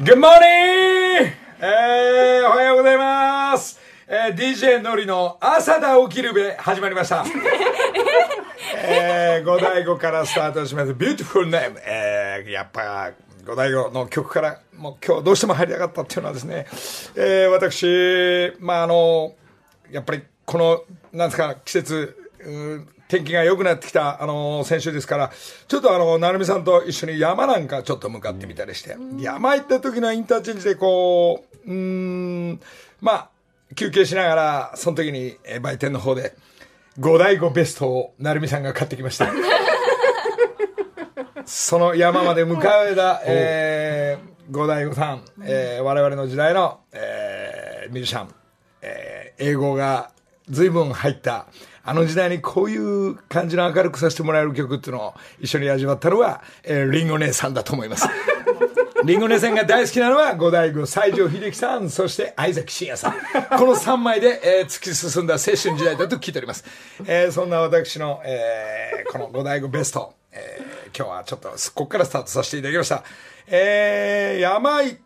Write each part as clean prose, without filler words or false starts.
Good morning! おはようございます。DJ のりの朝だ起きるべ始まりました。五大悟からスタートします。Beautiful name。やっぱ五大悟の曲からもう今日どうしても入りたかったっていうのはですね、私、やっぱりこの、なんですか、季節、天気が良くなってきた、先週ですから、ちょっと成美さんと一緒に山なんかちょっと向かってみたりして、山行った時のインターチェンジでこう、休憩しながら、その時に売店の方で、五大悟ベストを成美さんが買ってきました。その山まで向かう間、五大悟さん、我々の時代の、ミュージシャン、英語が随分入った、あの時代にこういう感じの明るくさせてもらえる曲っていうのを一緒に味わったのは、リンゴ姉さんだと思います。リンゴ姉さんが大好きなのは五大悟、西城秀樹さん、そして相崎真也さん。この3枚で、突き進んだ青春時代だと聞いております。そんな私の、この五大悟ベスト、今日はちょっとここからスタートさせていただきました。山行って、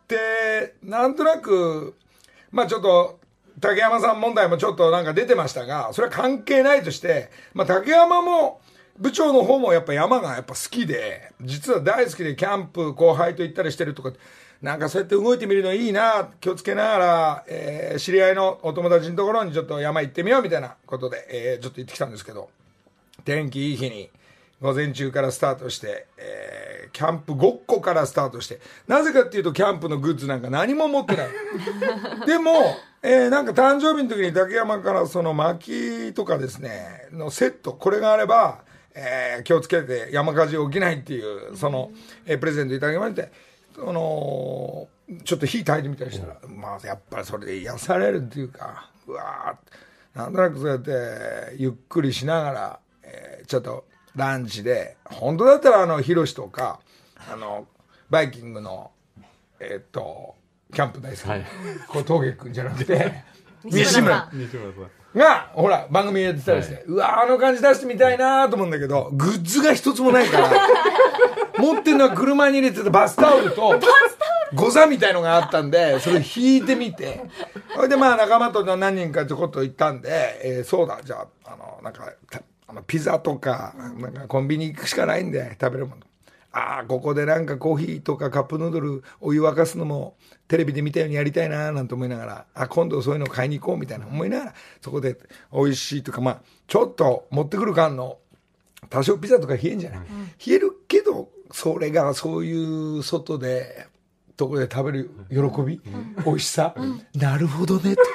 なんとなく、ちょっと、竹山さん問題もちょっとなんか出てましたが、それは関係ないとして、竹山も、部長の方もやっぱ山がやっぱ好きで、実は大好きでキャンプ後輩と行ったりしてるとか、なんかそうやって動いてみるのいいな、気をつけながら、知り合いのお友達のところにちょっと山行ってみようみたいなことで、ちょっと行ってきたんですけど、天気いい日に午前中からスタートして、キャンプごっこからスタートして、なぜかっていうとキャンプのグッズなんか何も持ってない。でも、なんか誕生日の時に竹山からその薪とかですね、のセット、これがあれば、気をつけて山火事起きないっていう、その、プレゼントいただきまして、ちょっと火焚いてみたりしたら、やっぱりそれで癒されるっていうか、うわーなんとなくそうやって、ゆっくりしながら、ちょっとランチで、本当だったらヒロシとか、バイキングの、キャンプ大好き、これ峠くんじゃなくて、西村さんが、ほら、番組やってたりして、うわ、あの感じ出してみたいなと思うんだけど、グッズが一つもないから、持ってるのは車に入れてたバスタオルと、ゴザみたいのがあったんで、それ引いてみて、それで仲間と何人かちょこっと行ったんで、そうだ、じゃあ、なんか、ピザとか、なんかコンビニ行くしかないんで、食べるもの。ここでなんかコーヒーとかカップヌードルお湯沸かすのもテレビで見たようにやりたいななんて思いながら、今度そういうの買いに行こうみたいな思いながら、そこで美味しいとか、ちょっと持ってくる感の多少ピザとか冷えんじゃない、冷えるけど、それがそういう外でところで食べる喜び、美味しさ、なるほどねと。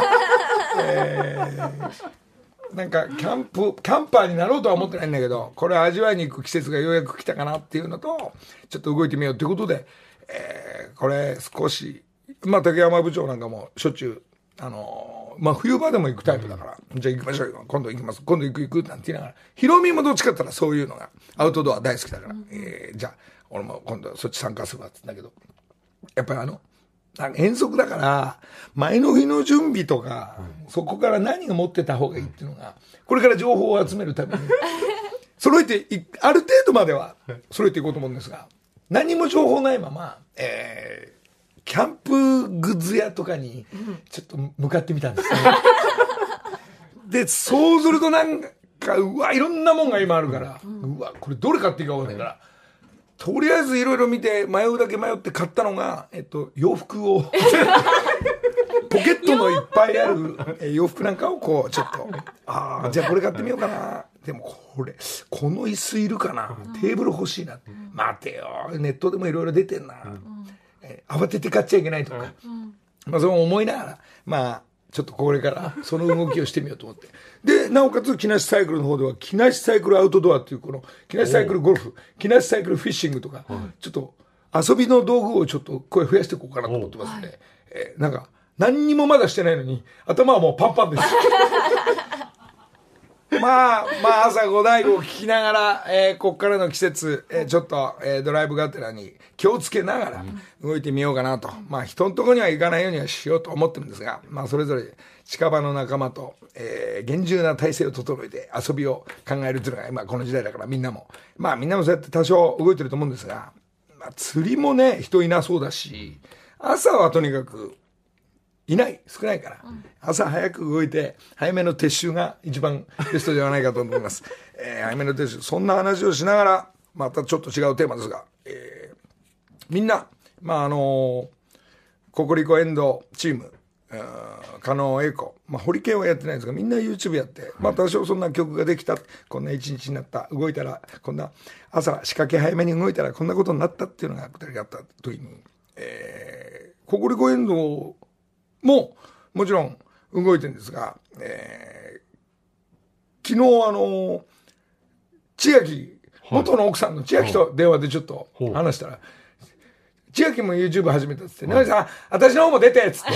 なんかキャンパーになろうとは思ってないんだけど、これ味わいに行く季節がようやく来たかなっていうのと、ちょっと動いてみようということで、これ少し、竹山部長なんかもしょっちゅう、冬場でも行くタイプだから、じゃあ行きましょうよ、今度行きます、今度行くなんて言いながら、ヒロミもどっちかって言ったらそういうのが、アウトドア大好きだから、じゃあ、俺も今度そっち参加するわって言うんだけど、やっぱり遠足だから、前の日の準備とか、そこから何が持ってた方がいいっていうのが、これから情報を集めるために、揃えてある程度までは揃えていこうと思うんですが、何も情報ないまま、キャンプグッズ屋とかに、ちょっと向かってみたんですね。で、そうするとなんか、うわ、いろんなもんが今あるから、うわ、これどれ買っていいか分かんないから、とりあえずいろいろ見て、迷うだけ迷って買ったのが、洋服を、ポケットのいっぱいある洋服なんかをこう、ちょっと、じゃあこれ買ってみようかな。でもこの椅子いるかな。テーブル欲しいな。待てよ、ネットでもいろいろ出てんな。慌てて買っちゃいけないとか。そう思いながら、ちょっとこれからその動きをしてみようと思って。で、なおかつ、木梨サイクルの方では、木梨サイクルアウトドアっていう、この、木梨サイクルゴルフ、木梨サイクルフィッシングとか、ちょっと遊びの道具をちょっとこれ増やしていこうかなと思ってますんで、なんか、何にもまだしてないのに、頭はもうパンパンです。朝五大悟を聞きながら、こっからの季節、ちょっと、ドライブがてらに気をつけながら動いてみようかなと。人のところには行かないようにはしようと思ってるんですが、それぞれ近場の仲間と、厳重な体制を整えて遊びを考えるというのが今この時代だからみんなもそうやって多少動いてると思うんですが、 釣りもね、人いなそうだし、朝はとにかく、少ないから、朝早く動いて、早めの撤収が一番ベストではないかと思います。早めの撤収、そんな話をしながら、またちょっと違うテーマですが、みんな、ココリコエンドチーム、加納栄子、ホリケンはやってないんですが、みんな YouTube やって、私はそんな曲ができた、こんな一日になった、動いたら、こんな朝仕掛け早めに動いたらこんなことになったっていうのが2人があった時に、ココリコエンドももちろん動いてるんですが、昨日千秋、元の奥さんの千秋と電話でちょっと話したら、千秋も YouTube 始めたっつって、中井さん、私の方も出てっつって、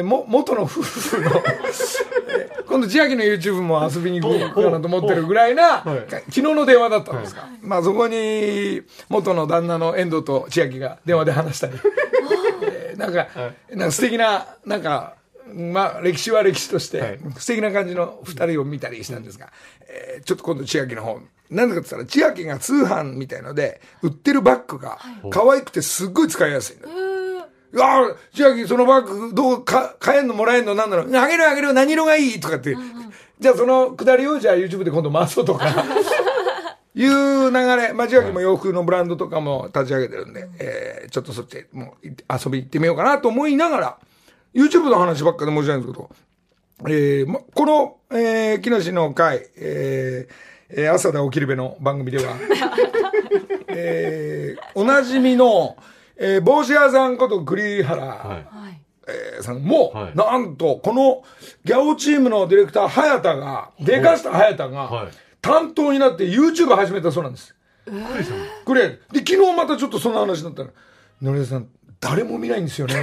元の夫婦の、今度千秋の YouTube も遊びに行こうかなと思ってるぐらいな、昨日の電話だったんですが、そこに元の旦那の遠藤と千秋が電話で話したり、なんか素敵な、歴史は歴史として、素敵な感じの二人を見たりしたんですが、ちょっと今度千秋の方、なんでかって言ったら、千秋が通販みたいので、売ってるバッグが可愛くてすっごい使いやすいんだ。千秋そのバッグどう買えんのもらえんのなんだろう、あげる何色がいいとかって、じゃあそのくだりをじゃあ YouTube で今度回そうとか、いう流れ、千秋も洋服のブランドとかも立ち上げてるんで、ちょっとそっちもう遊び行ってみようかなと思いながら、YouTube の話ばっかで申し訳ないんですけど、この、木梨の会、朝で起きるべの番組では、おなじみの、帽子屋さんこと栗原、さんも、なんと、このギャオチームのディレクター、早田が、でかした早田が、担当になって YouTube 始めたそうなんです。これ、で、昨日またちょっとその話になったら、野根さん、誰も見ないんですよね。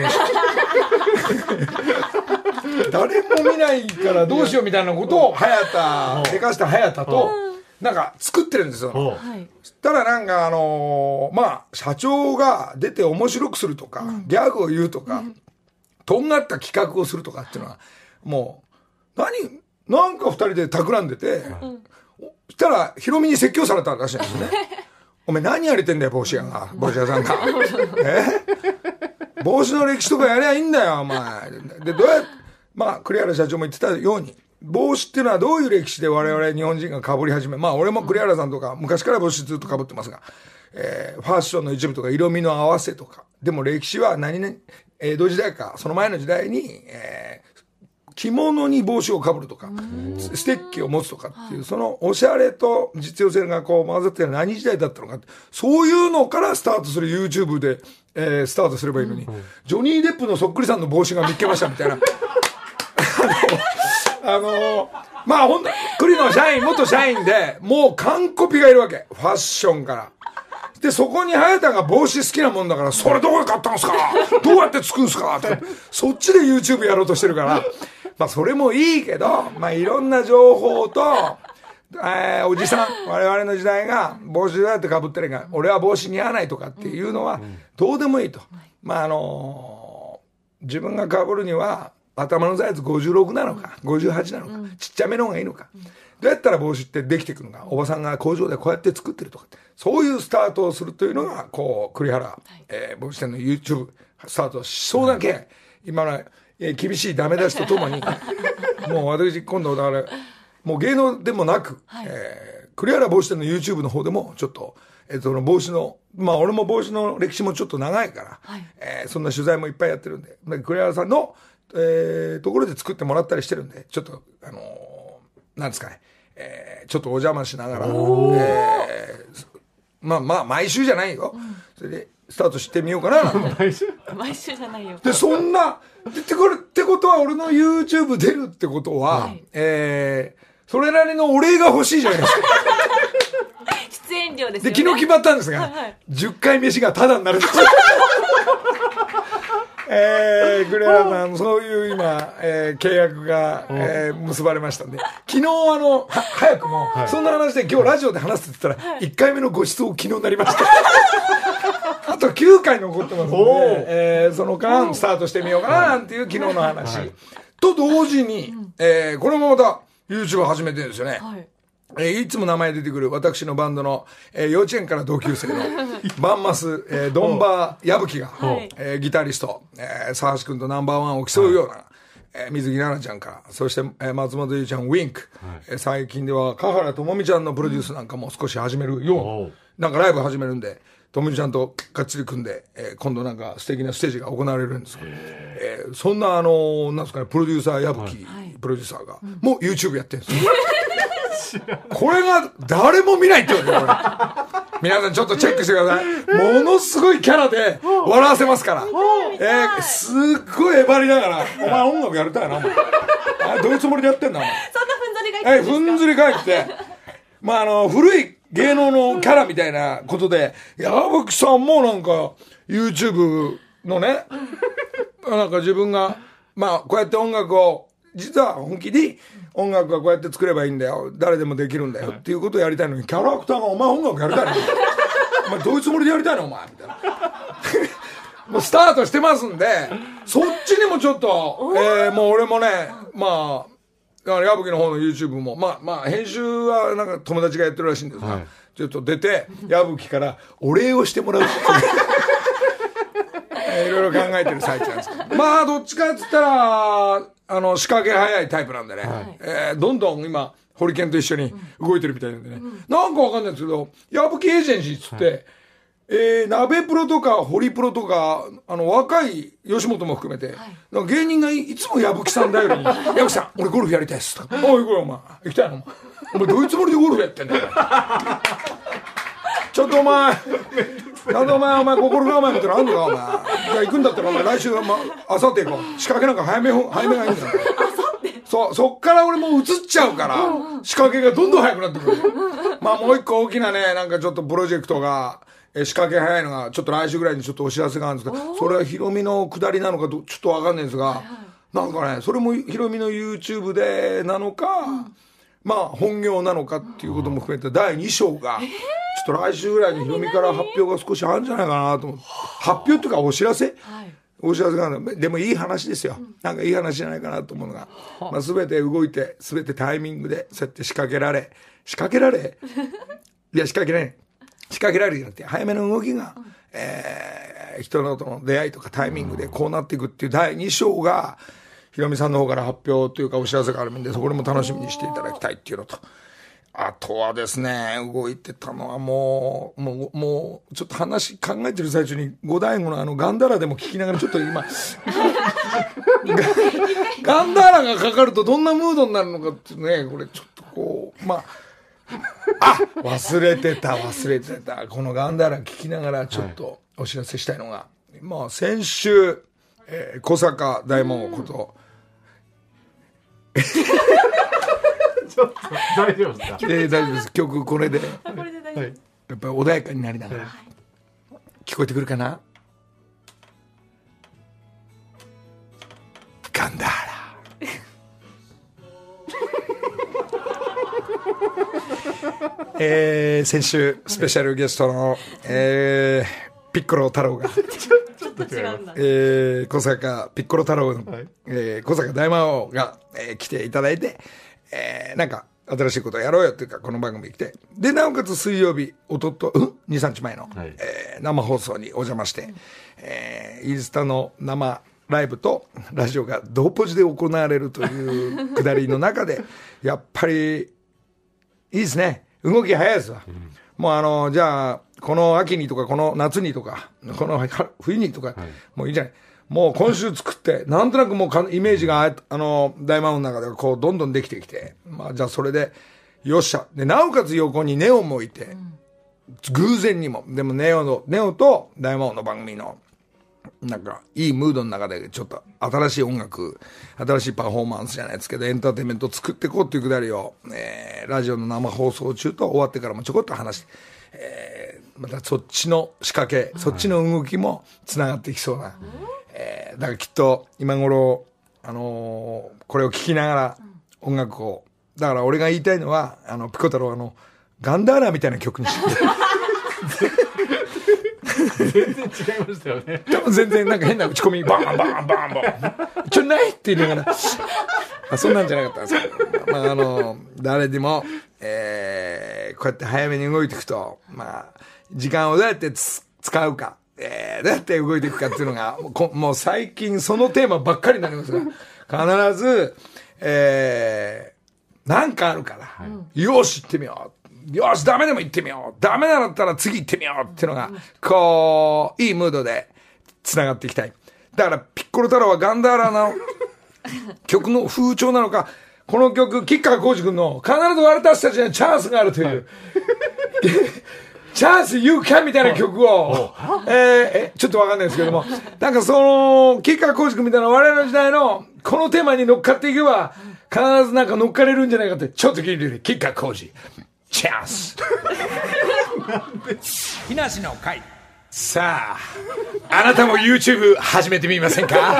誰も見ないからどうしようみたいなことを、早田、でかした早田と、作ってるんですよ。そしたら社長が出て面白くするとか、ギャグを言うとか、とんがった企画をするとかっていうのは、もう、なんか二人で企んでて、そしたら、ヒロミに説教されたらしいんですよね。お前何やれてんだよ、帽子屋さんが。帽子の歴史とかやりゃいいんだよ、お前。で、どうやって、栗原社長も言ってたように、帽子っていうのはどういう歴史で我々日本人が被り始め、俺も栗原さんとか昔から帽子ずっと被ってますが、ファッションの一部とか色味の合わせとか、でも歴史は江戸時代か、その前の時代に、着物に帽子をかぶるとか、ステッキを持つとかっていう、そのおしゃれと実用性が混ざって何時代だったのかって、そういうのからスタートする YouTube で、スタートすればいいのに、ジョニー・デップのそっくりさんの帽子が見っけましたみたいな。ほんと、栗の元社員で、もう完コピがいるわけ。ファッションから。で、そこに早田が帽子好きなもんだから、それどこで買ったんすかどうやって作るんすかって、そっちで YouTube やろうとしてるから、それもいいけど、いろんな情報と、おじさん、我々の時代が帽子どうやって被ってるか、俺は帽子似合わないとかっていうのは、どうでもいいと。自分が被るには、頭のサイズ56なのか、58なのか、ちっちゃめの方がいいのか。どうやったら帽子ってできてくるのか、おばさんが工場でこうやって作ってるとか、そういうスタートをするというのが、栗原、帽子店の YouTube スタートしそうだけ、今の、厳しいダメ出しとともに、もう私今度だから、もう芸能でもなく、栗原帽子店の YouTube の方でも、ちょっと、その帽子の、俺も帽子の歴史もちょっと長いから、そんな取材もいっぱいやってるんで、栗原さんの、ところで作ってもらったりしてるんで、ちょっと、なんですかね、ちょっとお邪魔しながら、毎週じゃないよ。それで、スタートしてみようかな。 毎週じゃないよ。 で、そんな、ってことは、俺の YouTube 出るってことは、それなりのお礼が欲しいじゃないですか。 出演料ですよね。 で、昨日決まったんですが、10回飯がタダになるんです。栗原さん、そういう今、契約が、結ばれましたんで、昨日早くも、そんな話で今日ラジオで話すって言ったら、1回目のご馳走昨日になりました。あと9回残ってますので、その間、スタートしてみようかな、なんていう昨日の話。と同時に、これもまた YouTube 始めてるんですよね。 いつも名前出てくる私のバンドの、幼稚園から同級生のバンマス、ドンバー矢吹が、ギタリスト、沢橋君とナンバーワンを競うような、水木奈々ちゃんから、そして、松本優ちゃんウィンク、最近では香原朋美ちゃんのプロデュースなんかも少し始めるような、なんかライブ始めるんで、朋美ちゃんとがっちり組んで、今度なんか素敵なステージが行われるんですけど、そんななんですかね、プロデューサー矢吹、プロデューサーが、もう YouTube やってるんですよ。これが誰も見ないって言われる。皆さんちょっとチェックしてください。ものすごいキャラで笑わせますから。すっごいえばりながら、お前音楽やりたいな、お前。どういうつもりでやってんだ、お前。 そんなふんぞり返ってふんずり返って、まあ古い芸能のキャラみたいなことで、矢吹さんもなんか YouTube のね、なんか自分が、まあこうやって音楽を、実は本気で音楽はこうやって作ればいいんだよ、誰でもできるんだよっていうことをやりたいのに、キャラクターがお前音楽やりたいのお前どういうつもりでやりたいのお前みたいなもうスタートしてますんで、そっちにもちょっと、もう俺もね、まあ矢吹の方の YouTube もまあ編集はなんか友達がやってるらしいんですが、ちょっと出て矢吹からお礼をしてもらういろいろ考えてる最中なんですけど、まあどっちかっつったら仕掛け早いタイプなんでね、どんどん今ホリケンと一緒に動いてるみたいなんでね、なんかわかんないんですけど、矢吹エージェンシーっつって、鍋プロとかホリプロとか若い吉本も含めて、なんか芸人がいつも矢吹さん頼りに矢吹さん俺ゴルフやりたいっすとか、おい行こうよお前行きたいのお前どういうつもりでゴルフやってんだよちょっとお前なんでお前心構えみたいなのあんのかお前。じゃあ行くんだったらお前来週明後日行こう。仕掛けなんか早めがいいんだよ。そっから俺もう移っちゃうから、仕掛けがどんどん早くなってくる。まあもう一個大きなね、なんかちょっとプロジェクトが、仕掛け早いのが、ちょっと来週ぐらいにちょっとお知らせがあるんですけど、それはヒロミの下りなのかちょっとわかんないんですが、なんかね、それもヒロミの YouTube でなのか、まあ本業なのかっていうことも含めて第2章が、ちょっと来週ぐらいにヒロミから発表が少しあるんじゃないかなと思って。発表っていうかお知らせ、お知らせがある。でもいい話ですよ。なんかいい話じゃないかなと思うのが、まあ全て動いて、全てタイミングで、そうやって仕掛けられいや仕掛けられじゃなくて、早めの動きが、人のとの出会いとかタイミングでこうなっていくっていう第2章が、ヒロミさんの方から発表というかお知らせがあるんで、そこでも楽しみにしていただきたいっていうのと、あとはですね、動いてたのはもうちょっと話考えてる最中に五醍醐のガンダーラでも聞きながらちょっと今ガンダーラがかかるとどんなムードになるのかってね、これちょっとこう忘れてたこのガンダーラ聞きながらちょっとお知らせしたいのが、まあ先週、小坂大魔王ことちょっと大丈夫ですか？ 大丈夫です。曲これでやっこれで大丈夫。 ぱり穏やかになりながら、聞こえてくるかな？ガンダーラ先週スペシャルゲストの、ピッコロ太郎がちょっと違うんだ。 小坂ピッコロ太郎の、小坂大魔王が、来ていただいて、なんか新しいことをやろうよっていうかこの番組に来て、でなおかつ水曜日2、3日前の、生放送にお邪魔して、インスタの生ライブとラジオが同ポジで行われるというくだりの中でやっぱりいいですね、動き早いですわ、もうじゃあこの秋にとかこの夏にとかこの冬にとか、もういいじゃない、もう今週作ってなんとなくもうイメージが大魔王の中でこうどんどんできてきて、まあじゃあそれでよっしゃで、なおかつ横にネオもいて、偶然にもでもネオと大魔王の番組のなんかいいムードの中でちょっと新しい音楽、新しいパフォーマンスじゃないですけどエンターテインメントを作っていこうっていうくだりを、ラジオの生放送中と終わってからもちょこっと話して、またそっちの仕掛け、そっちの動きもつながっていきそうな、だからきっと今頃、これを聞きながら音楽を、だから俺が言いたいのはピコ太郎ガンダーラみたいな曲にして全然違いましたよね。 全然なんか変な打ち込みバンバンバンバンちょないって言いながらそんなんじゃなかったんですけど、まあ誰でもこうやって早めに動いていくと、まあ、時間をどうやって使うか、どうやって動いていくかっていうのが、もう最近そのテーマばっかりになりますが、必ず、なんかあるから、よし行ってみよう。よしダメでも行ってみよう。ダメだったら次行ってみようっていうのが、こう、いいムードで繋がっていきたい。だから、ピッコロ太郎はガンダーラの曲の風潮なのか、この曲、吉川晃司君の必ず私たちにはチャンスがあるという、チャンス You Can みたいな曲を、ちょっとわかんないですけども、なんかその、吉川晃司君みたいな我々の時代の、このテーマに乗っかっていけば、必ずなんか乗っかれるんじゃないかって、ちょっと聞いてる。吉川晃司、チャンス。木梨の会。さあ、あなたも YouTube 始めてみませんか？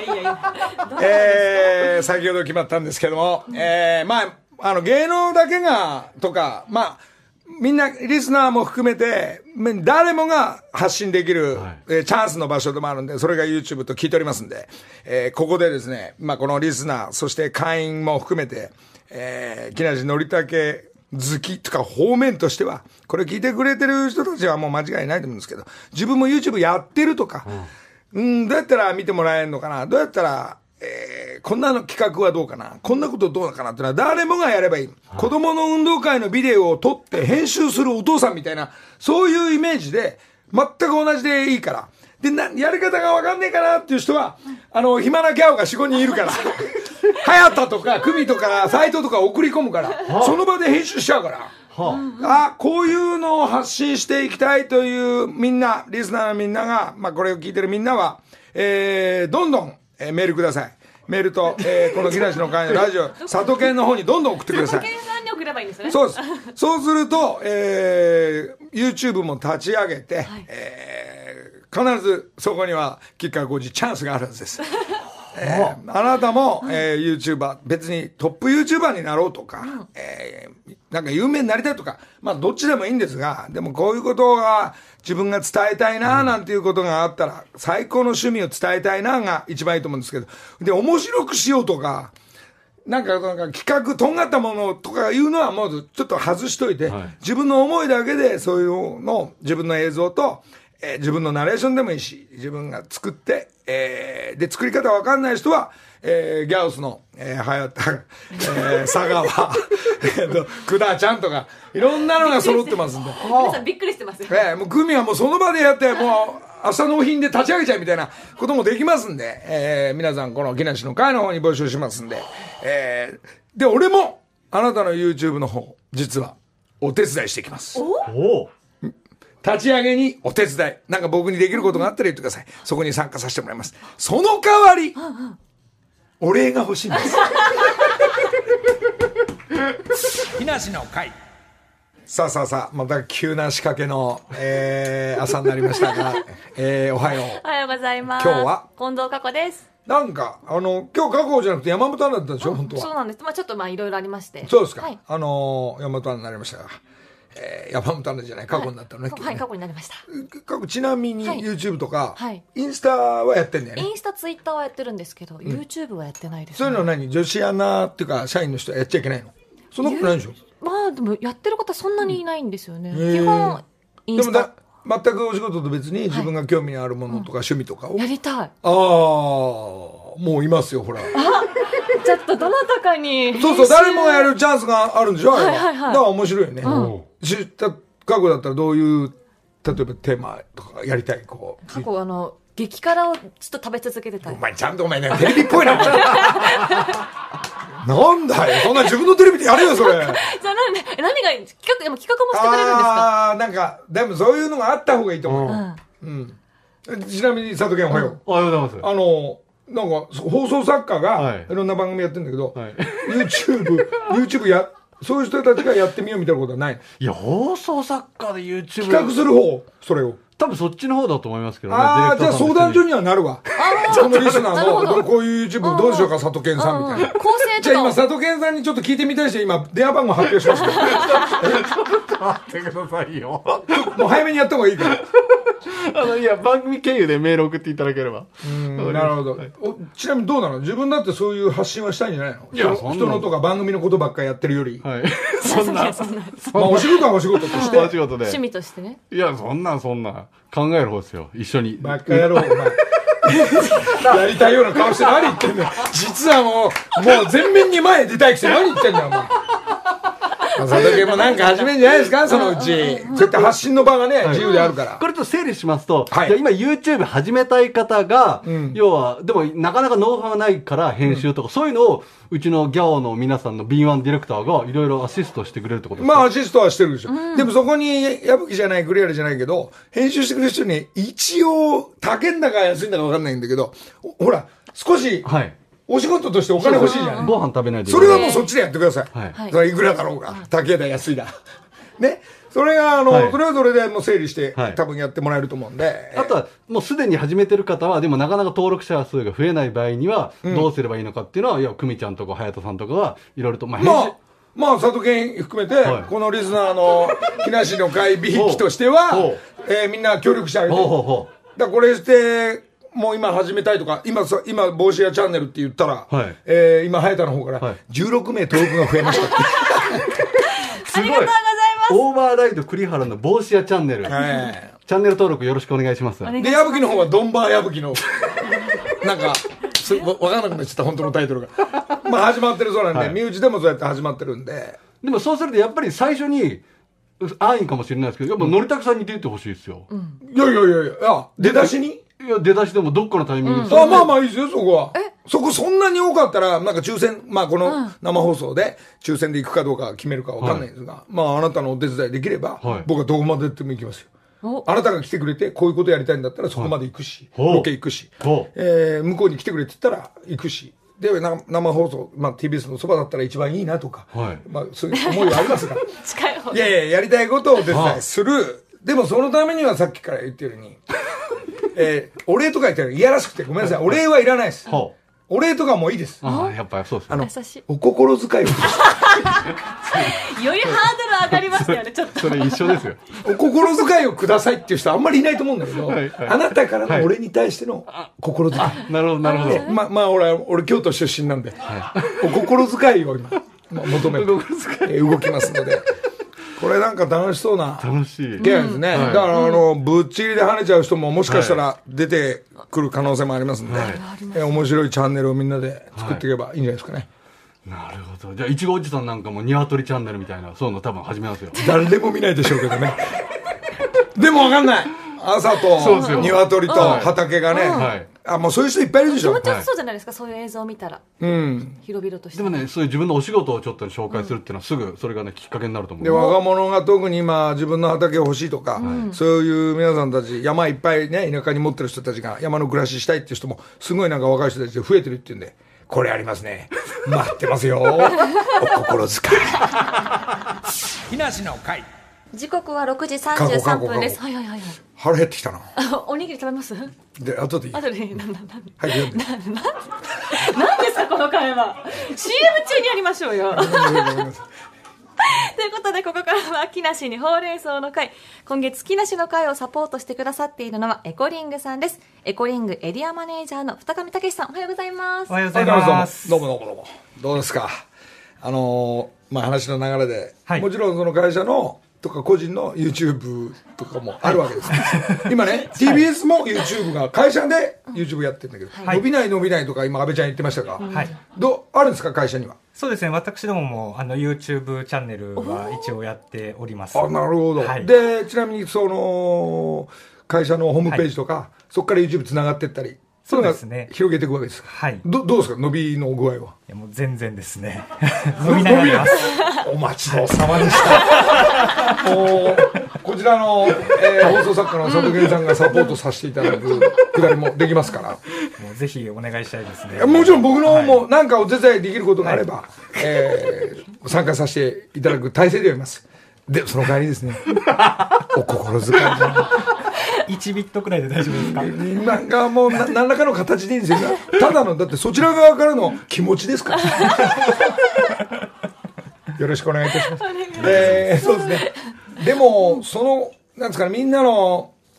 先ほど決まったんですけども、まあ、芸能だけが、とか、まあ、みんな、リスナーも含めて、誰もが発信できる、チャンスの場所でもあるんで、それが YouTube と聞いておりますんで、ここでですね、まあ、このリスナー、そして会員も含めて、木梨憲武好きとか方面としては、これ聞いてくれてる人たちはもう間違いないと思うんですけど、自分も YouTube やってるとか、どうやったら見てもらえるのかな、どうやったら、こんなの企画はどうかな、こんなことどうかなってのは誰もがやればいい。子供の運動会のビデオを撮って編集するお父さんみたいな、そういうイメージで、全く同じでいいから。で、やり方がわかんねえかなっていう人は、暇なギャオが4、5人いるから、早田とか久美とか斎藤とか送り込むから、その場で編集しちゃうから。こういうのを発信していきたいというみんな、リスナーのみんなが、まあこれを聞いてるみんなは、どんどん、メールください。メールと、この木梨の会のラジオ、里犬の方にどんどん送ってください。 里犬さんに送ればいいんですね。 そうです。そうすると、YouTube も立ち上げて、はい、必ずそこには吉川晃司チャンスがあるはずです。あなたも、YouTuber、別にトップ YouTuber になろうとか、なんか有名になりたいとか、まあどっちでもいいんですが、でもこういうことが自分が伝えたいななんていうことがあったら、最高の趣味を伝えたいなが一番いいと思うんですけど、で、面白くしようとか、なんか企画、とんがったものとかいうのはもうちょっと外しといて、自分の思いだけでそういうのを、自分の映像と、自分のナレーションでもいいし、自分が作って、で、作り方わかんない人は、ギャオスの、はやった、佐川、くだちゃんとか、いろんなのが揃ってますんで。 皆さんびっくりしてますよ。 もうグミはもうその場でやって、もう、朝納品で立ち上げちゃうみたいなこともできますんで、皆さんこの木梨の会の方に募集しますんで、で、俺も、あなたの YouTube の方、実は、お手伝いしていきます。 お立ち上げにお手伝い。なんか僕にできることがあったら言ってください。そこに参加させてもらいます。その代わり、お礼が欲しいんです。木梨の会。さあ、また急な仕掛けの、朝になりましたが、おはよう。 おはようございます。 今日は近藤佳子です。 なんか、今日佳子じゃなくて山本アナだったんでしょ、本当は。 そうなんです。まあちょっといろいろありまして。 そうですか。 はい、 山本アナになりましたが。山本アナじゃない、過去になったのね。 はい、過去になりました。 ちなみに YouTube とか、 はい、 インスタはやってんだよね。 インスタ、ツイッターはやってるんですけど、YouTube はやってないです、ね。 そういうのは何、女子アナっていうか、社員の人はやっちゃいけないの？そんなことないでしょ？ まあ、でもやってる方そんなにいないんですよね。基本、インスタ。 でも全くお仕事と別に自分が興味のあるものとか趣味とかを。 やりたい。 もういますよ、ほら。 ちょっとどなたかに。 そう、誰もがやるチャンスがあるんでしょ、あれは。 はい。 だから面白いよね。過去だったらどういう、例えばテーマとかやりたい、こう。 過去、激辛をちょっと食べ続けてたい。 お前ちゃんとお前ね、テレビっぽいな。なんだよ、そんな自分のテレビでやれよ、それ。じゃあ何が、企画もしてくれるんですか？ なんか、でもそういうのがあった方がいいと思う。ちなみに、佐藤健おはよう。 おはようございます。 なんか、放送作家が、いろんな番組やってるんだけど、YouTube そういう人たちがやってみようみたいなことはない？ いや、放送作家で YouTube 企画する方、それを。 多分そっちの方だと思いますけどね。 じゃあ相談所にはなるわ。このリスナーの、こういう YouTube どうでしょうか、佐藤健さんみたいな。 構成とか。 じゃあ今、佐藤健さんにちょっと聞いてみたいし、今、電話番号発表します。 ちょっと待ってくださいよ。 もう早めにやった方がいいから。 いや、番組経由でメール送っていただければ。 なるほど、ちなみにどうなの？自分だってそういう発信はしたいんじゃないの？ いや人のとか番組のことばっかりやってるより。 はい。そんな。 まあお仕事はお仕事として。 お仕事で。 趣味としてね。 いや、そんな。考える方ですよ。一緒に。 ばっかやろう、お前。やりたいような顔して何言ってんだよ。実はもう全面に前に出たいくせに何言ってんだよ、お前。佐藤家もなんか始めるんじゃないですか、そのうち。そうやって発信の場がね、自由であるから。 これちょっと整理しますと、 はいじゃあ今 YouTube 始めたい方が、要は、でもなかなかノウハウがないから編集とか、そういうのを、うちのギャオの皆さんの B1 ディレクターがいろいろアシストしてくれるってことですか？ まあアシストはしてるでしょ。でもそこに、矢吹じゃない、クリアルじゃないけど、編集してくれる人に、一応、高いんだか安いんだか分かんないんだけど、ほら、少し、 はい。 お仕事としてお金欲しいじゃない。 ご飯食べないといそけない。 れはもうそっちでやってください。 はいそれはいくらだろうが、高いだ安いだ。ね。それが、 はいそれはそれでもう整理して、 はい多分やってもらえると思うんで。 あとは、もうすでに始めてる方は、でもなかなか登録者数が増えない場合には、どうすればいいのかっていうのは、いや、久美ちゃんとか隼人さんとかが、いろいろと、まあ、編集、 まあ、佐藤健含めて、 はいこのリスナーの木梨の会びいきとしてはほう、 みんな協力してあげて。 ほうほうほだからこれして、もう今始めたいとか、今、帽子屋チャンネルって言ったら、 はい今、早田の方から、 はい 16名登録が増えましたって。 すごい。 ありがとうございます。 オーバーライド栗原の帽子屋チャンネル。チャンネル登録よろしくお願いします。 で、矢吹の方はドンバー矢吹の、なんか、わからなくなっちゃった、本当のタイトルが。まあ始まってるそうなんで、 はい身内でもそうやって始まってるんで。 でもそうするとやっぱり最初に、安易かもしれないですけど、やっぱのりたくさんに出てほしいですよ。 いやいやいやいや、出だしにいや、出だしでもどっかのタイミングで。 まあまあいいですよ、そこは。そこそんなに多かったら、なんか抽選、まあこの生放送で抽選で行くかどうか決めるかわかんないんですが、まああなたのお手伝いできれば、 はい僕はどこまで行っても行きますよ。あなたが来てくれて、こういうことやりたいんだったらそこまで行くし、 はいロケ行くし、 ほ向こうに来てくれって言ったら行くし、で、生放送、まあ TBS のそばだったら一番いいなとか、 はいまあそういう思いはありますが、 近い方いやいや、やりたいことをお手伝いする。でもそのためにはさっきから言ってるように、お礼とか言ったらいやらしくてごめんなさい。お礼はいらないです。 ほう。 お礼とかもういいです。 ああ、やっぱりそうですね。 優しい。 お心遣いを。 よりハードル上がりましたよね、ちょっと。 それ一緒ですよ。 お心遣いをくださいっていう人あんまりいないと思うんだけど、 はいはいあなたからの俺に対しての心遣い。 なるほど、なるほど。 まあ俺京都出身なんで、お心遣いを今求めて動きますので、これなんか楽しそうな楽しい。 ゲームですね。だからぶっちぎりで跳ねちゃう人ももしかしたら出てくる可能性もありますんで、面白いチャンネルをみんなで作っていけばいいんじゃないですかね。 なるほど。じゃあ、いちごおじさんなんかも鶏チャンネルみたいな、そういうの多分始めますよ。 誰でも見ないでしょうけどね。でもわかんない。朝そうですよと鶏と畑がね、 はいもうそういう人いっぱいいるでしょ。 気持ちよさそうじゃないですか、そういう映像を見たら。広々として。 でもね、そういう自分のお仕事をちょっと紹介するっていうのはすぐそれがね、きっかけになると思う。 で、若者が特に今自分の畑欲しいとか、そういう皆さんたち、山いっぱいね、田舎に持ってる人たちが山の暮らししたいっていう人も、すごいなんか若い人たちで増えてるっていうんで、これありますね。待ってますよ。お心遣い。木梨の会。 時刻は6時33分です。はいはいはいはい。 腹減ってきたな。 おにぎり食べます？ で、後でいい。 あとで、 はい、読んで。 何ですかこの会話。CM 中にやりましょうよ。ということで、ここからは木梨にほうれん草の会。今月木梨の会をサポートしてくださっているのはエコリングさんです。エコリングエリアマネージャーの二上武さん、おはようございます。 おはようございます。 どうも。どうですか。まあ、話の流れで、 はい、 もちろんその会社のとか個人の YouTube とかもあるわけです、今ね TBS も YouTube が会社で YouTube やってるんだけど、伸びないとか今安倍ちゃん言ってましたが、はい、あるんですか会社には。 そうですね、私どももYouTube チャンネルは一応やっております。 なるほど、はい、でちなみにその会社のホームページとか、はい、そこから YouTube つながっていったり、 そうですね、 広げていくわけですか。はい、どうですか伸びの具合は。 いやもう全然ですね伸び悩みます。 お待ちどうさまでした。もうこちらの、放送作家の佐藤健さんがサポートさせていただくくだりもできますから、 もうぜひお願いしたいですね。 もちろん僕のも何かお手伝いできることがあれば、参加させていただく体制ではいます。でその代わりですねお心遣い 1ビットくらいで大丈夫ですか。 なんかもう何らかの形でいいんですよ。ただのだってそちら側からの気持ちですからよろしくお願いいたします。そうですね。でもなんですかね、みんなの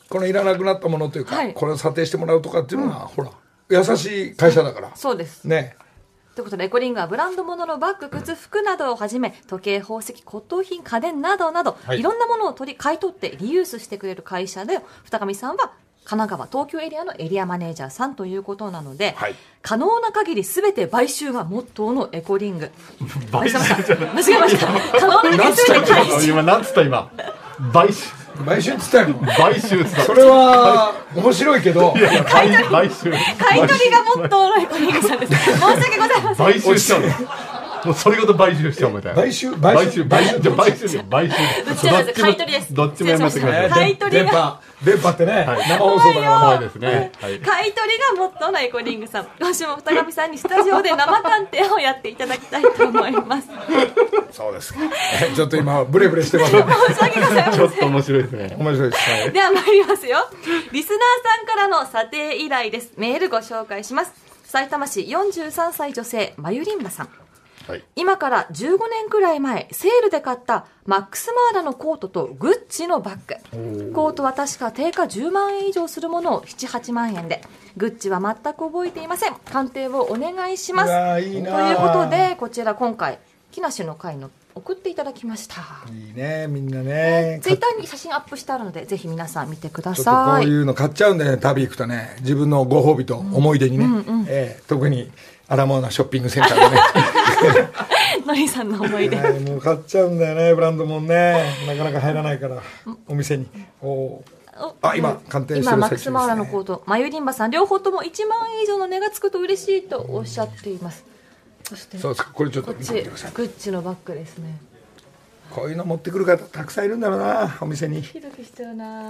このいらなくなったものというか、 はい、 これを査定してもらうとかっていうのは、ほら優しい会社だから。 そうですね。 ということで、エコリングはブランド物のバッグ、靴、服などをはじめ、時計、宝石、骨董品、家電などなど、いろんなものを買い取ってリユースしてくれる会社で、二上さんは神奈川、東京エリアのエリアマネージャーさんということなので、はい、可能な限り全て買収がモットーのエコリング。 買収じゃない。 間違えました。可能な限り全て買収。 今、なんつった今。買収。 買収って言ったよ。 買収って。 それは面白いけど、 買い取りがモットーのエコリングさんです。申し訳ございません。 買収しちゃうの。もうそれごと買収しちゃうみたいな。 買収買収じゃ買収買い取りです。 どっちもやめてください。 買い取りが電波ってね、生放送だから怖いですね。 買い取りがモットーのエコリングさん。今週も二上さんにスタジオで生鑑定をやっていただきたいと思います。 そうですか。ちょっと今ブレブレしてますね。 申し訳ございません。 ちょっと面白いですね。 面白いです。 では参りますよ。リスナーさんからの査定依頼です。メールご紹介します。埼玉市43歳女性まゆりんばさん。はい、今から15年くらい前、セールで買ったマックスマーラのコートとグッチのバッグ。コートは確か定価10万円以上するものを7、8万円で、グッチは全く覚えていません。鑑定をお願いします。 いいなということで、こちら今回、木梨の会の送っていただきました。 いいね、みんなね。 ツイッターに写真アップしてあるので、ぜひ皆さん見てください。 ちょっとこういうの買っちゃうんでね、旅行くとね、自分のご褒美と思い出にね、特にアラモーナショッピングセンターでね。 のりさんの思い出。 もう買っちゃうんだよね、ブランドもんね。なかなか入らないから、お店に。今、鑑定してる最中ですね。 今、マックスマーラのコート、まゆりんばさん、両方とも1万円以上の値がつくと嬉しいとおっしゃっています。そして、 そうですか、これちょっと見てみてください。 グッチのバッグですね。 こういうの持ってくる方たくさんいるんだろうな、お店に。 ドキドキしちゃうな。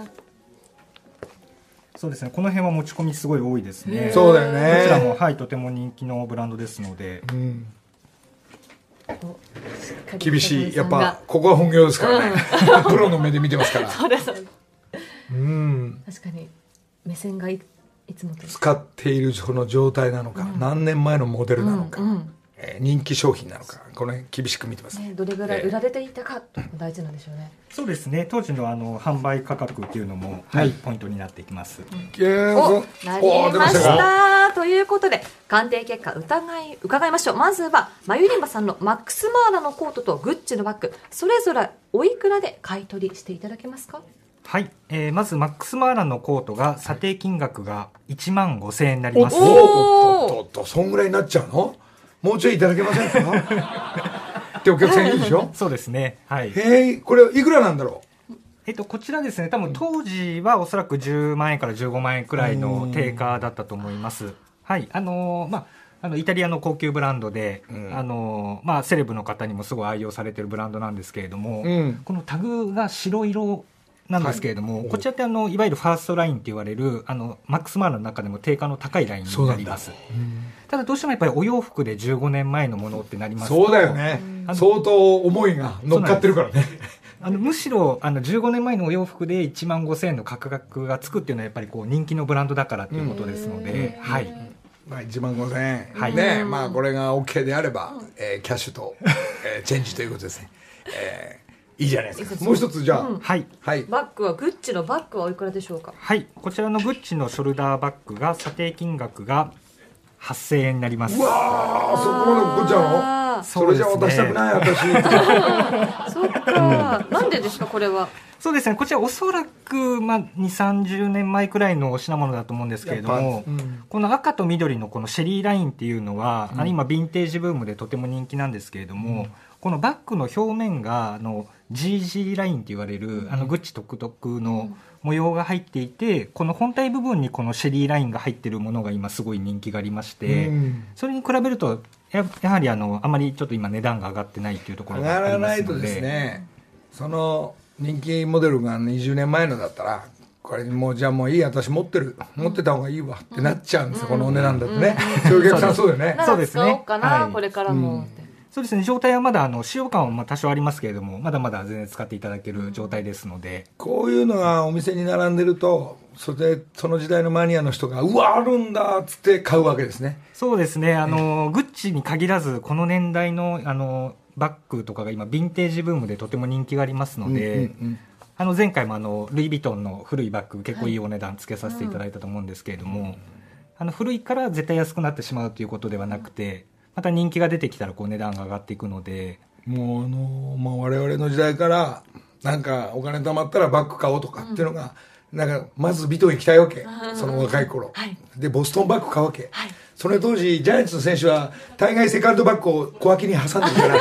そうですね、この辺は持ち込みすごい多いですね。 そうだよね。 こちらも、はい、とても人気のブランドですので、 厳しい、やっぱここは本業ですからね。プロの目で見てますから。 そうです。確かに目線がいつもと使っているその状態なのか、何年前のモデルなのか、人気商品なのか、この辺厳しく見てます、 どれぐらい売られていたかと大事なんでしょうね。 そうですね、当時の販売価格っていうのも、ポイントになってきます。 なりましたということで、鑑定結果伺いましょう。まずはまゆりんばさんのマックスマーラのコートとグッチのバッグ、それぞれおいくらで買い取りしていただけますか？ はい、まずマックスマーラのコートが査定金額が1万5000円になります。 そんぐらいになっちゃうの？もうちょいいただけませんか？ってお客さんいいでしょ？ そうですね。はい。 これいくらなんだろう？こちらですね、多分当時はおそらく10万円から15万円くらいの定価だったと思います。はい。イタリアの高級ブランドで、セレブの方にもすごい愛用されているブランドなんですけれども、このタグが白色なんですけれども、こちらっていわゆるファーストラインって言われるマックスマーラの中でも定価の高いラインになります。ただどうしてもやっぱりお洋服で15年前のものってなりますと、 そうだよね、相当思いが乗っかってるからね。 むしろ15年前のお洋服で1万5000円の価格がつくっていうのはやっぱりこう人気のブランドだからということですので、はい。 1万5000円、 はい、 ね、これが OK であれば、キャッシュと、チェンジということですね。いいじゃないですか。もう一つじゃあ、 はい、バッグはグッチのバッグはおいくらでしょうか？ はい、こちらのグッチのショルダーバッグが査定金額が8000円になります。 うわー、そこまで怒っちゃうの？それじゃ渡したくない、私。 そっか、なんでですかこれは？ そうですね、こちらおそらく、2、30年前くらいのお品物だと思うんですけれども、この赤と緑のこのシェリーラインっていうのは、今ヴィンテージブームでとても人気なんですけれども、このバッグの表面がGG ラインって言われるグッチ独特の模様が入っていて、この本体部分にこのシェリーラインが入っているものが今すごい人気がありまして、それに比べるとやはりあまりちょっと今値段が上がってないっていうところがありますので、 上がらないとですね、その人気モデルが20年前のだったら、これもうじゃあもういい、私持ってた方がいいわってなっちゃうんですよ、このお値段だとね。そういうお客さんそうだよね。 そうですね。使おうかな、これからも。 そうですね、状態はまだ使用感は多少ありますけれども、まだまだ全然使っていただける状態ですので、 こういうのがお店に並んでると、その時代のマニアの人がうわあるんだっつって買うわけですね。 そうですね、グッチに限らずこの年代のバッグとかが今ヴィンテージブームでとても人気がありますので、 前回もルイ・ヴィトンの古いバッグ結構いいお値段つけさせていただいたと思うんですけれども、古いから絶対安くなってしまうということではなくて、また人気が出てきたらこう値段が上がっていくので、 もう我々の時代からなんかお金貯まったらバッグ買おうとかっていうのが、なんかまずヴィトン行きたいわけ、その若い頃、でボストンバッグ買うわけ、その当時ジャイアンツの選手は大概セカンドバッグを小脇に挟んでるから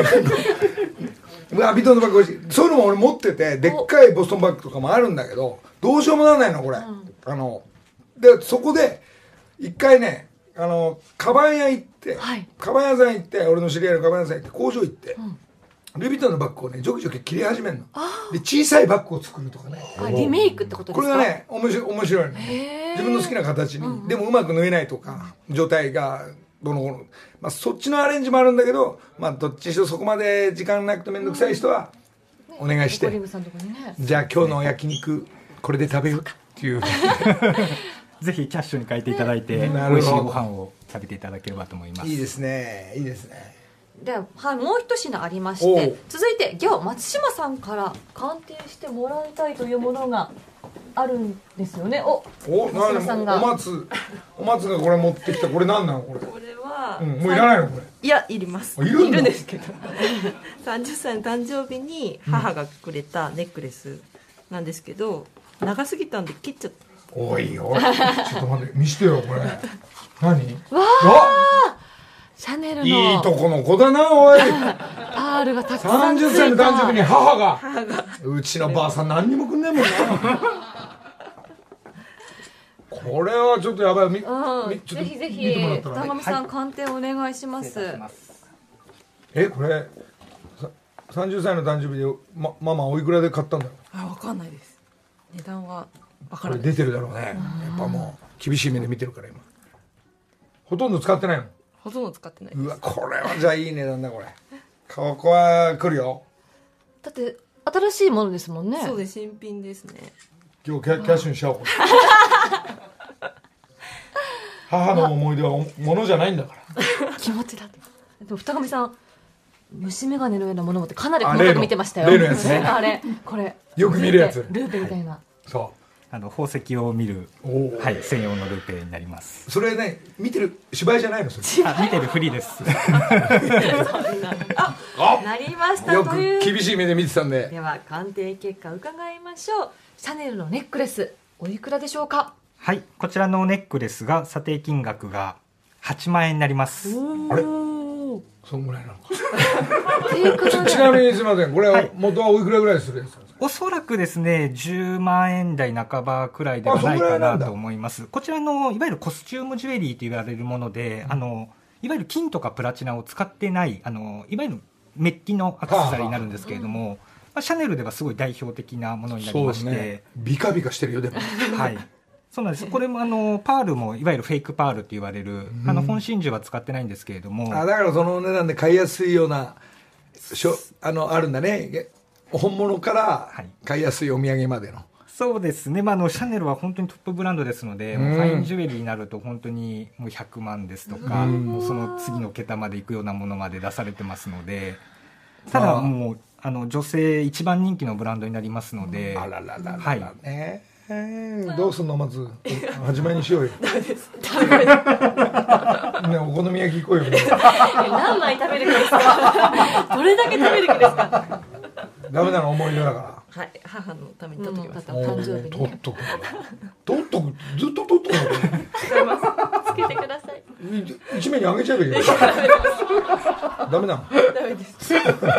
ヴィトンのバッグ欲しい、そういうのも俺持ってて、でっかいボストンバッグとかもあるんだけどどうしようもならないのこれ、でそこで一回ねカバン屋行って、カバン屋さん行って、俺の知り合いのカバン屋さん行って工場行って、ルイ・ヴィトンのバッグをねジョキジョキ切り始めるので、小さいバッグを作るとかね、 リメイクってことですか。 これがね面白いの、自分の好きな形に、でもうまく縫えないとか状態がどの頃、そっちのアレンジもあるんだけど、どっちにしろそこまで時間なくて面倒くさい人はお願いして、じゃあ今日の焼肉これで食べようっていうぜひキャッシュに変えていただいて、美味しいご飯を食べていただければと思います。 いいですね、いいですね。 では、もう一品ありまして、続いてギャオ松島さんから鑑定してもらいたいというものがあるんですよね。松島さんがお松がこれ持ってきた。これ何なのこれ。 これは、 もういらないのこれ。 いや、いります。いるんですけど30歳の誕生日に母がくれたネックレスなんですけど、長すぎたんで切っちゃった。 おいおい、ちょっと待って、見してよこれ。何？ わあ、シャネルのいいとこの子だなおい。 パールがたくさんついた。 30歳の誕生日に母がうちのばあさん何にもくんねえもんなこれはちょっとやばい。 ぜひぜひ二上さん鑑定お願いします。 これ30歳の誕生日でママおいくらで買ったんだろう。 分かんないです。値段は分からない。 これ出てるだろうね。やっぱもう厳しい目で見てるから今。ほとんど使ってないの。 ほとんど使ってないです。 うわ、これはじゃあいい値段だこれ。ここは来るよ。 だって新しいものですもんね。 そうです、新品ですね。 今日キャッシュにしちゃおうこれ母の思い出はものじゃないんだから気持ちだと。でも二上さん、虫眼鏡のようなものもってかなり細かく見てましたよ。 例のやつね。 あれ、これよく見るやつ、 ルーペみたいな。 そう、 宝石を見る、専用のルーペになります。 それね、見てる芝居じゃないの？それ見てるふりですなりました。 よく厳しい目で見てたんで。 では鑑定結果伺いましょう。シャネルのネックレスおいくらでしょうか？ はい、こちらのネックレスが査定金額が8万円になります。 あれ、そんぐらいなのかちなみにすみません、これは元はおいくらぐらいするやつなんですか？ おそらくですね、10万円台半ばくらいではないかなと思います。こちらのいわゆるコスチュームジュエリーと言われるもので、いわゆる金とかプラチナを使ってない、いわゆるメッキのアクセサリーになるんですけれども、シャネルではすごい代表的なものになりまして、そうですね、 ビカビカしてるよでもはい、そうなんです。これもパールもいわゆるフェイクパールって言われる、本真珠は使ってないんですけれども、 だからその値段で買いやすいようなあるんだね。本物から買いやすいお土産までの、 そうですね、シャネルは本当にトップブランドですので、ファインジュエリーになると本当にもう100万ですとか、もうその次の桁までいくようなものまで出されてますので、ただもう女性一番人気のブランドになりますので、 あらららららね、どうすんのまず始まりにしようよ。 ダメです。 ね、お好み焼き行こうよ。 何枚食べる気ですか？どれだけ食べる気ですか？ ダメなの、思い出だから。 はい、母のために取ってきました。 誕生日に取っとくずっと取っとくつけてください。 一面にあげちゃえばいいよ。ダメなの？ ダメです。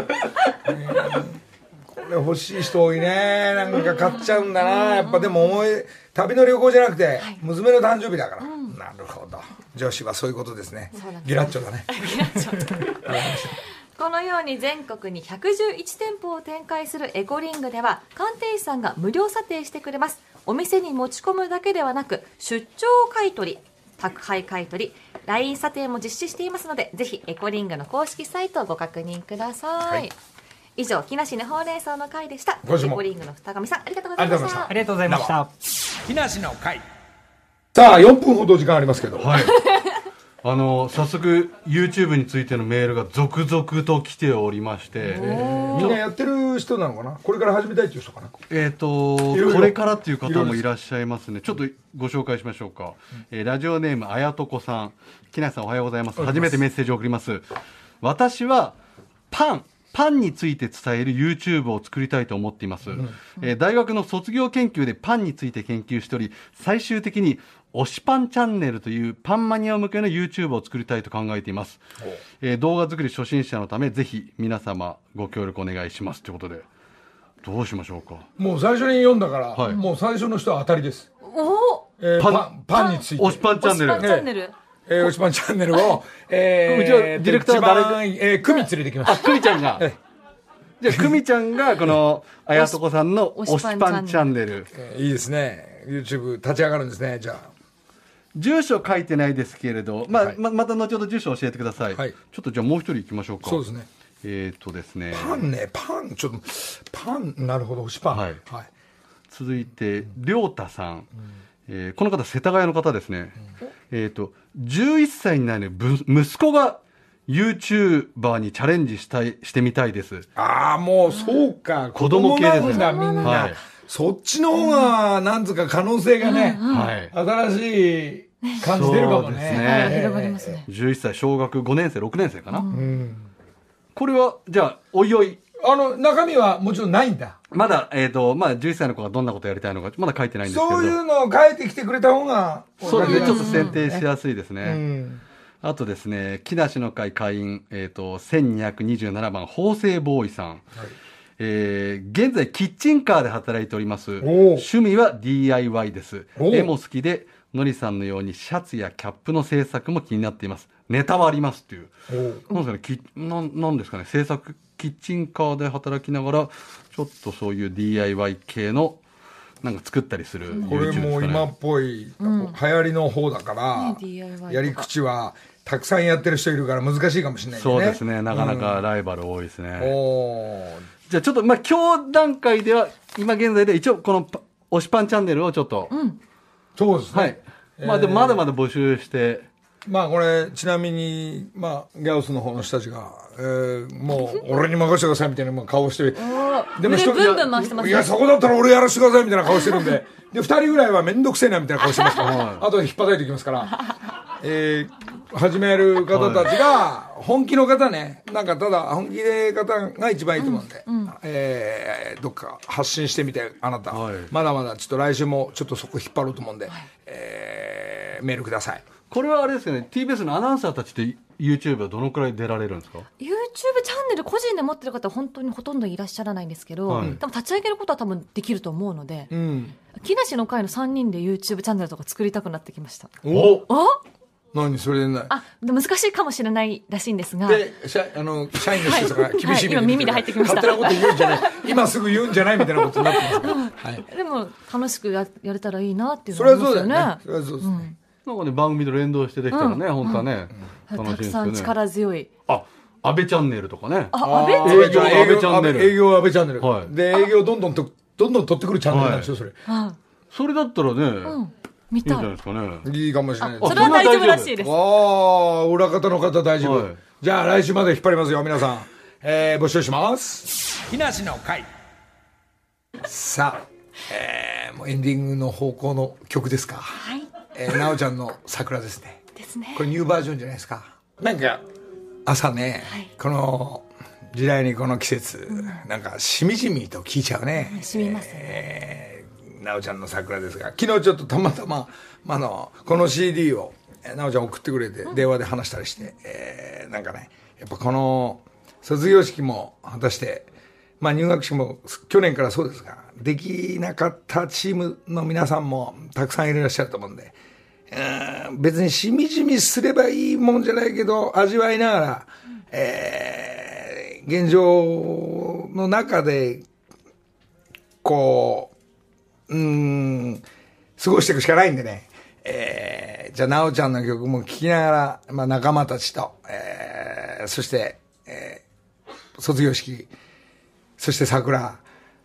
これ欲しい人多いね。なんか買っちゃうんだな。やっぱでも旅の旅行じゃなくて娘の誕生日だから。なるほど。女子はそういうことですね。ギラッチョだね。 ギラッチョ。このように全国に111店舗を展開するエコリングでは、鑑定士さんが無料査定してくれます。お店に持ち込むだけではなく、出張買取、宅配買取、LINE 査定も実施していますので、ぜひエコリングの公式サイトをご確認ください。以上、木梨のほうれん草の会でした。エコリングの二上さん、ありがとうございました。 ありがとうございました。 木梨の会。さあ、4分ほど時間ありますけど、 早速 YouTube についてのメールが続々と来ておりまして、 みんなやってる人なのかな、これから始めたいっていう人かな。 これからっていう方もいらっしゃいますね。ちょっとご紹介しましょうか。ラジオネームあやとこさん。木梨さんおはようございます。初めてメッセージを送ります。私はパンについて伝える YouTube を作りたいと思っています。大学の卒業研究でパンについて研究しており、最終的に推しパンチャンネルというパンマニア向けの YouTube を作りたいと考えています。動画作り初心者のため、ぜひ皆様ご協力お願いしますということで、どうしましょうか。 もう最初に読んだから、もう最初の人は当たりです。パンについて。 推しパンチャンネル。 推しパンチャンネルを、 うちはディレクターは誰クミ連れてきました。 クミちゃんが。じゃあ、クミちゃんが、この、あやとこさんの推しパンチャンネル。 いいですね。YouTube 立ち上がるんですね、じゃあ。 住所書いてないですけれど、また後ほど住所教えてください。ちょっとじゃあもう一人行きましょうか。 そうですね。 ですね。 パン、なるほど、推しパン。はい。 続いて、りょうたさん。この方、世田谷の方ですね。11歳になる息子が YouTuber にチャレンジしてみたいです。 ああ、もうそうか。 子供系ですね。 みんな。そっちの方が、なんつうか可能性がね、新しい感じ出るかもね。 広がりますね。 11歳、小学5年生、6年生かな。これは、じゃあ、おいおい。 中身はもちろんないんだ。 まだ、11歳の子がどんなことやりたいのか、まだ書いてないんですけど。 そういうのを書いてきてくれた方が。 そうですね、ちょっと選定しやすいですね。あとですね、木梨の会会員、1227番、法政ボーイさん。現在キッチンカーで働いております。趣味は DIY です。絵も好きで、のりさんのようにシャツやキャップの制作も気になっています。ネタはありますっていう。なんですかね、なんですかね、制作、キッチンカーで働きながら、ちょっとそういう DIY 系の、なんか作ったりする YouTube ですかね。 これも今っぽい、流行りの方だから、やり口は、たくさんやってる人いるから難しいかもしれないね。 そうですね、なかなかライバル多いですね。じゃあちょっと、今日段階では、今現在で一応この推しパンチャンネルをちょっと。 そうですね。 はい。でもまだまだ募集して。 これ、ちなみに、ギャオスの方の人たちが、もう、俺に任せてくださいみたいな顔してる。 でも一人、 いや、そこだったら俺やらせてくださいみたいな顔してるんで、で、二人ぐらいはめんどくせえなみたいな顔してますから、あとで引っ張たいていきますから、始める方たちが、本気の方ね、なんかただ、本気で方が一番いいと思うんで、どっか発信してみて、あなた、まだまだちょっと来週もちょっとそこ引っ張ろうと思うんで、メールください。 これはあれですよね、TBS のアナウンサーたちで YouTube はどのくらい出られるんですか？ YouTube チャンネル個人で持ってる方は本当にほとんどいらっしゃらないんですけど、多分立ち上げることは多分できると思うので、木梨の会の3人で YouTube チャンネルとか作りたくなってきました。 何それでない。 難しいかもしれないらしいんですが。 で、社員の人とか厳しい今耳で入ってきました。 勝手なこと言うんじゃない。今すぐ言うんじゃないみたいなことになってます。 でも楽しくやれたらいいなっていうのがありますよね。 それはそうですね。 なんかね、番組と連動してできたらね、本当はね、楽しいですよね。 たくさん力強い。 安倍チャンネルとかね。 安倍チャンネル。 営業安倍チャンネル。で、営業どんどん取ってくるチャンネルなんですよ、それ。 それだったらね、 見たい。 いいんじゃないですかね。 いいかもしれない。 それは大丈夫らしいです。 裏方の方大丈夫。じゃあ来週まで引っ張りますよ、皆さん。募集します。木梨の会。さあ、もうエンディングの方向の曲ですか。はい。なおちゃんの桜ですね。 ですね。 これニューバージョンじゃないですか。なんか、朝ね、この時代にこの季節、なんかしみじみと聴いちゃうね。 しみますね。 なおちゃんの桜ですが、昨日ちょっとたまたま、この CD を、なおちゃん送ってくれて、電話で話したりして、なんかね、やっぱこの、卒業式も果たして、入学式も去年からそうですが、できなかったチームの皆さんもたくさんいらっしゃると思うんで、別にしみじみすればいいもんじゃないけど、味わいながら、現状の中で、こう、過ごしていくしかないんでね、じゃあ、なおちゃんの曲も聴きながら、仲間たちと、そして、卒業式、そして桜、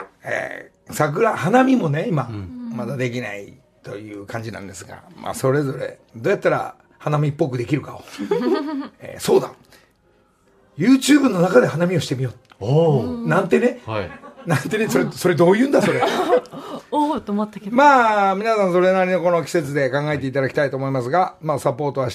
花見もね、今、まだできないという感じなんですが、それぞれ、どうやったら花見っぽくできるかを。そうだ。YouTube の中で花見をしてみよう。なんてね。 はい。 なんてね、それどういうんだ、それ。 おおと思ったけど。 まあ、皆さんそれなりのこの季節で考えていただきたいと思いますが、まあ、サポートはして、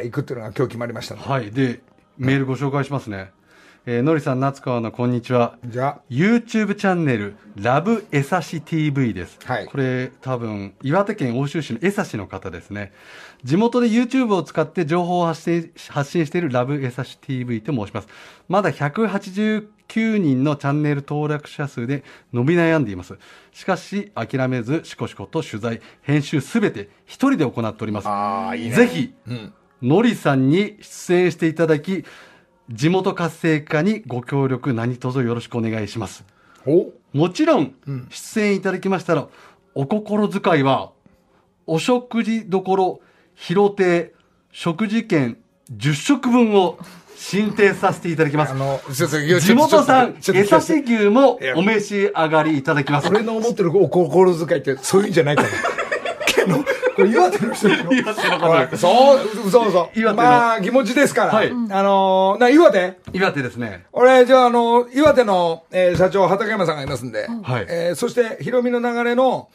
いくっていうのが今日決まりましたので。 はい。で、メールご紹介しますね。のりさん、夏川のこんにちは。 じゃあ、 YouTube チャンネル、ラブ江差し TV です。 はい。 これ、多分、岩手県奥州市の江差しの方ですね。地元で YouTube を使って情報を発信しているラブ江差し TV と申します。まだ189人のチャンネル登録者数で伸び悩んでいます。しかし、諦めず、しこしこと取材、編集すべて一人で行っております。 ああ、いいね。 ぜひ、のりさんに出演していただき、地元活性化にご協力何卒よろしくお願いします。もちろん、出演いただきましたら、お心遣いは、お食事処広亭食事券10食分を進呈させていただきます。地元産江差し牛もお召し上がりいただきます。 俺の思ってるお心遣いってそういうんじゃないからこれ岩手の人でしょ。 岩手の方。 そう。まあ、気持ちですから。 はい。 岩手ですね。 俺、じゃあ、岩手の、社長、畠山さんがいますんで。 はい。 そして、ヒロミの流れの、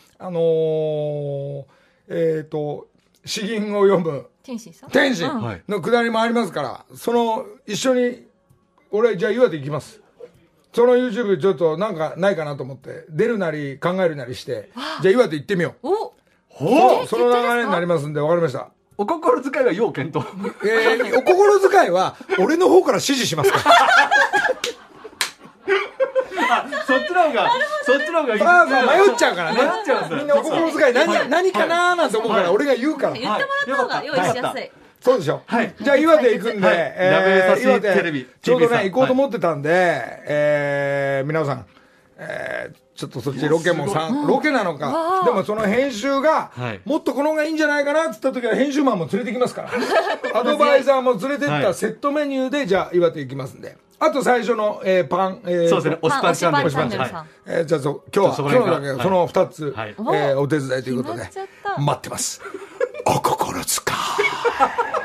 詩吟を読む。 天心さん天心のくだりもありますから、一緒に、俺、じゃあ岩手行きます。その YouTube ちょっとなんかないかなと思って、出るなり考えるなりして、じゃあ岩手行ってみよう。その流れになりますんで、わかりました。 お心遣いは要検討。 お心遣いは、俺の方から指示しますから。 そっちの方がいい。 さあ迷っちゃうからね。 迷っちゃうんですよ。 みんなお心遣い何かなーなんて思うから、俺が言うから。 言ってもらった方が用意しやすい。 そうでしょ。 はい。 じゃあ岩手行くんで、 岩手テレビ。 ちょうどね、行こうと思ってたんで、皆さん、ちょっとそっちロケなのか。でもその編集が、もっとこの方がいいんじゃないかなって言った時は編集マンも連れてきますから。アドバイザーも連れてったセットメニューで、じゃあ岩手行きますんで。あと最初の、パン、 そうですね、推しパンチャンネル。 じゃあ今日のだけその2つ、お手伝いということで、待ってます。お心遣い。